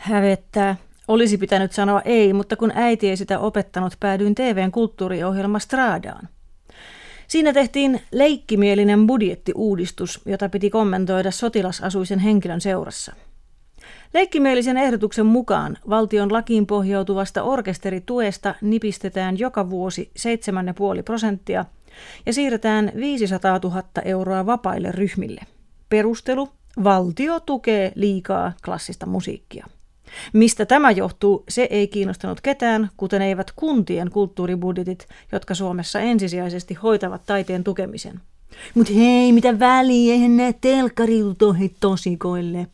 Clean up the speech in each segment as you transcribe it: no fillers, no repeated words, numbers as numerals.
Hävettää. Olisi pitänyt sanoa ei, mutta kun äiti ei sitä opettanut, päädyin TV:n kulttuuriohjelma Stradaan. Siinä tehtiin leikkimielinen budjettiuudistus, jota piti kommentoida sotilasasuisen henkilön seurassa. Leikkimielisen ehdotuksen mukaan valtion lakiin pohjautuvasta orkesterituesta nipistetään joka vuosi 7,5% ja siirretään 500 000 euroa vapaille ryhmille. Perustelu: valtio tukee liikaa klassista musiikkia. Mistä tämä johtuu, se ei kiinnostanut ketään, kuten eivät kuntien kulttuuribudjetit, jotka Suomessa ensisijaisesti hoitavat taiteen tukemisen. Mut hei, mitä väliä, eihän nää telkkariutohit tosikoille.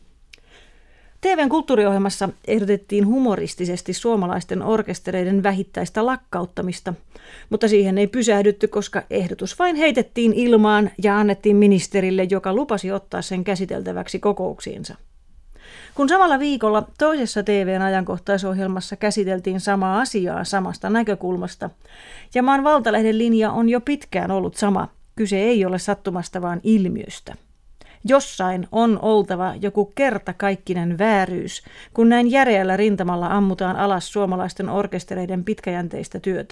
TV:n kulttuuriohjelmassa ehdotettiin humoristisesti suomalaisten orkestereiden vähittäistä lakkauttamista, mutta siihen ei pysähdytty, koska ehdotus vain heitettiin ilmaan ja annettiin ministerille, joka lupasi ottaa sen käsiteltäväksi kokouksiinsa. Kun samalla viikolla toisessa TV:n ajankohtaisohjelmassa käsiteltiin samaa asiaa samasta näkökulmasta, ja maan Valtalehden linja on jo pitkään ollut sama, kyse ei ole sattumasta vaan ilmiöstä. Jossain on oltava joku kertakaikkinen vääryys, kun näin järeällä rintamalla ammutaan alas suomalaisten orkestereiden pitkäjänteistä työtä.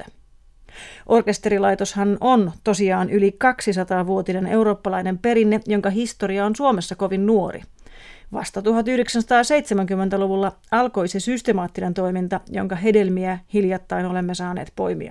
Orkesterilaitoshan on tosiaan yli 200-vuotinen eurooppalainen perinne, jonka historia on Suomessa kovin nuori. Vasta 1970-luvulla alkoi se systemaattinen toiminta, jonka hedelmiä hiljattain olemme saaneet poimia.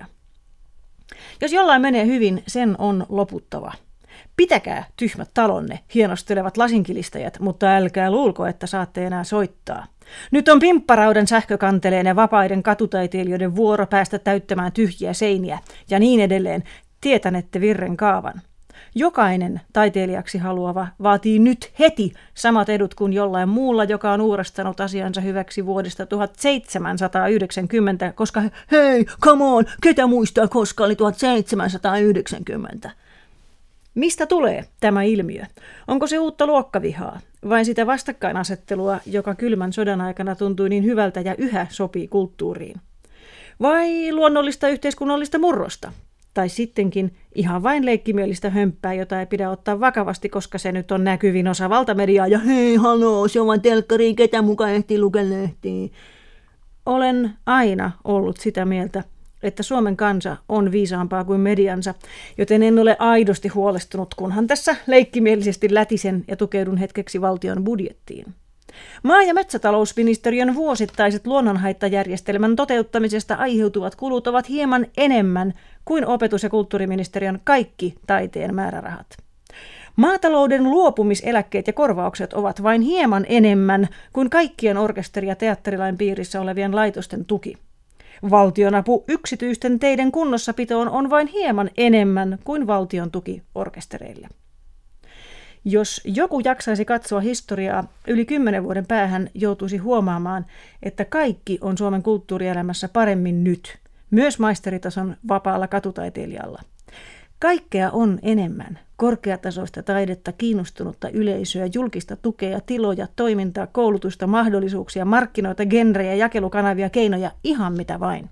Jos jollain menee hyvin, sen on loputtava. Pitäkää tyhmät talonne, hienostelevat lasinkilistäjät, mutta älkää luulko, että saatte enää soittaa. Nyt on pimpparauden sähkökanteleen ja vapaiden katutaiteilijoiden vuoro päästä täyttämään tyhjiä seiniä ja niin edelleen. Tietänette virren kaavan. Jokainen taiteilijaksi haluava vaatii nyt heti samat edut kuin jollain muulla, joka on uurastanut asiansa hyväksi vuodesta 1790, koska hei, come on, ketä muistaa, koska oli 1790? Mistä tulee tämä ilmiö? Onko se uutta luokkavihaa vai sitä vastakkainasettelua, joka kylmän sodan aikana tuntui niin hyvältä ja yhä sopii kulttuuriin? Vai luonnollista yhteiskunnallista murrosta? Tai sittenkin ihan vain leikkimielistä hömppää, jota ei pidä ottaa vakavasti, koska se nyt on näkyvin osa valtamediaa ja hei, haloo, se on vain telkkariin, ketä mukaan ehtii lukelehtiin. Olen aina ollut sitä mieltä, että Suomen kansa on viisaampaa kuin mediansa, joten en ole aidosti huolestunut, kunhan tässä leikkimielisesti lätisen ja tukeudun hetkeksi valtion budjettiin. Maa- ja metsätalousministeriön vuosittaiset luonnonhaittajärjestelmän toteuttamisesta aiheutuvat kulut ovat hieman enemmän kuin opetus- ja kulttuuriministeriön kaikki taiteen määrärahat. Maatalouden luopumiseläkkeet ja korvaukset ovat vain hieman enemmän kuin kaikkien orkesteri- ja teatterilain piirissä olevien laitosten tuki. Valtionapu yksityisten teiden kunnossapitoon on vain hieman enemmän kuin valtion tuki orkestereille. Jos joku jaksaisi katsoa historiaa yli 10 vuoden päähän, joutuisi huomaamaan, että kaikki on Suomen kulttuurielämässä paremmin nyt, myös maisteritason vapaalla katutaiteilijalla. Kaikkea on enemmän. Korkeatasoista taidetta, kiinnostunutta yleisöä, julkista tukea, tiloja, toimintaa, koulutusta, mahdollisuuksia, markkinoita, genrejä, jakelukanavia, keinoja, ihan mitä vain.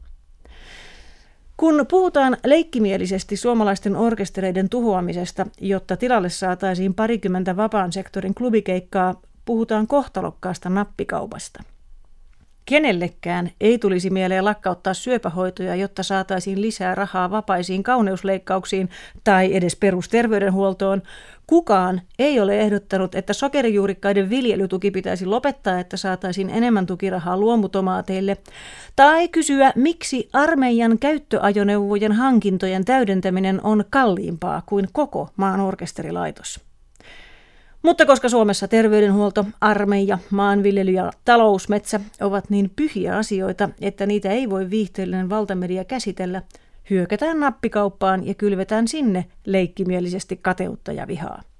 Kun puhutaan leikkimielisesti suomalaisten orkestereiden tuhoamisesta, jotta tilalle saataisiin 20 vapaan sektorin klubikeikkaa, puhutaan kohtalokkaasta nappikaupasta. Kenellekään ei tulisi mieleen lakkauttaa syöpähoitoja, jotta saataisiin lisää rahaa vapaisiin kauneusleikkauksiin tai edes perusterveydenhuoltoon. Kukaan ei ole ehdottanut, että sokerijuurikkaiden viljelytuki pitäisi lopettaa, että saataisiin enemmän tukirahaa luomutomaateille. Tai kysyä, miksi armeijan käyttöajoneuvojen hankintojen täydentäminen on kalliimpaa kuin koko maan orkesterilaitos. Mutta koska Suomessa terveydenhuolto, armeija, maanviljely ja talousmetsä ovat niin pyhiä asioita, että niitä ei voi viihteellinen valtamedia käsitellä, hyökätään nappikauppaan ja kylvetään sinne leikkimielisesti kateutta ja vihaa.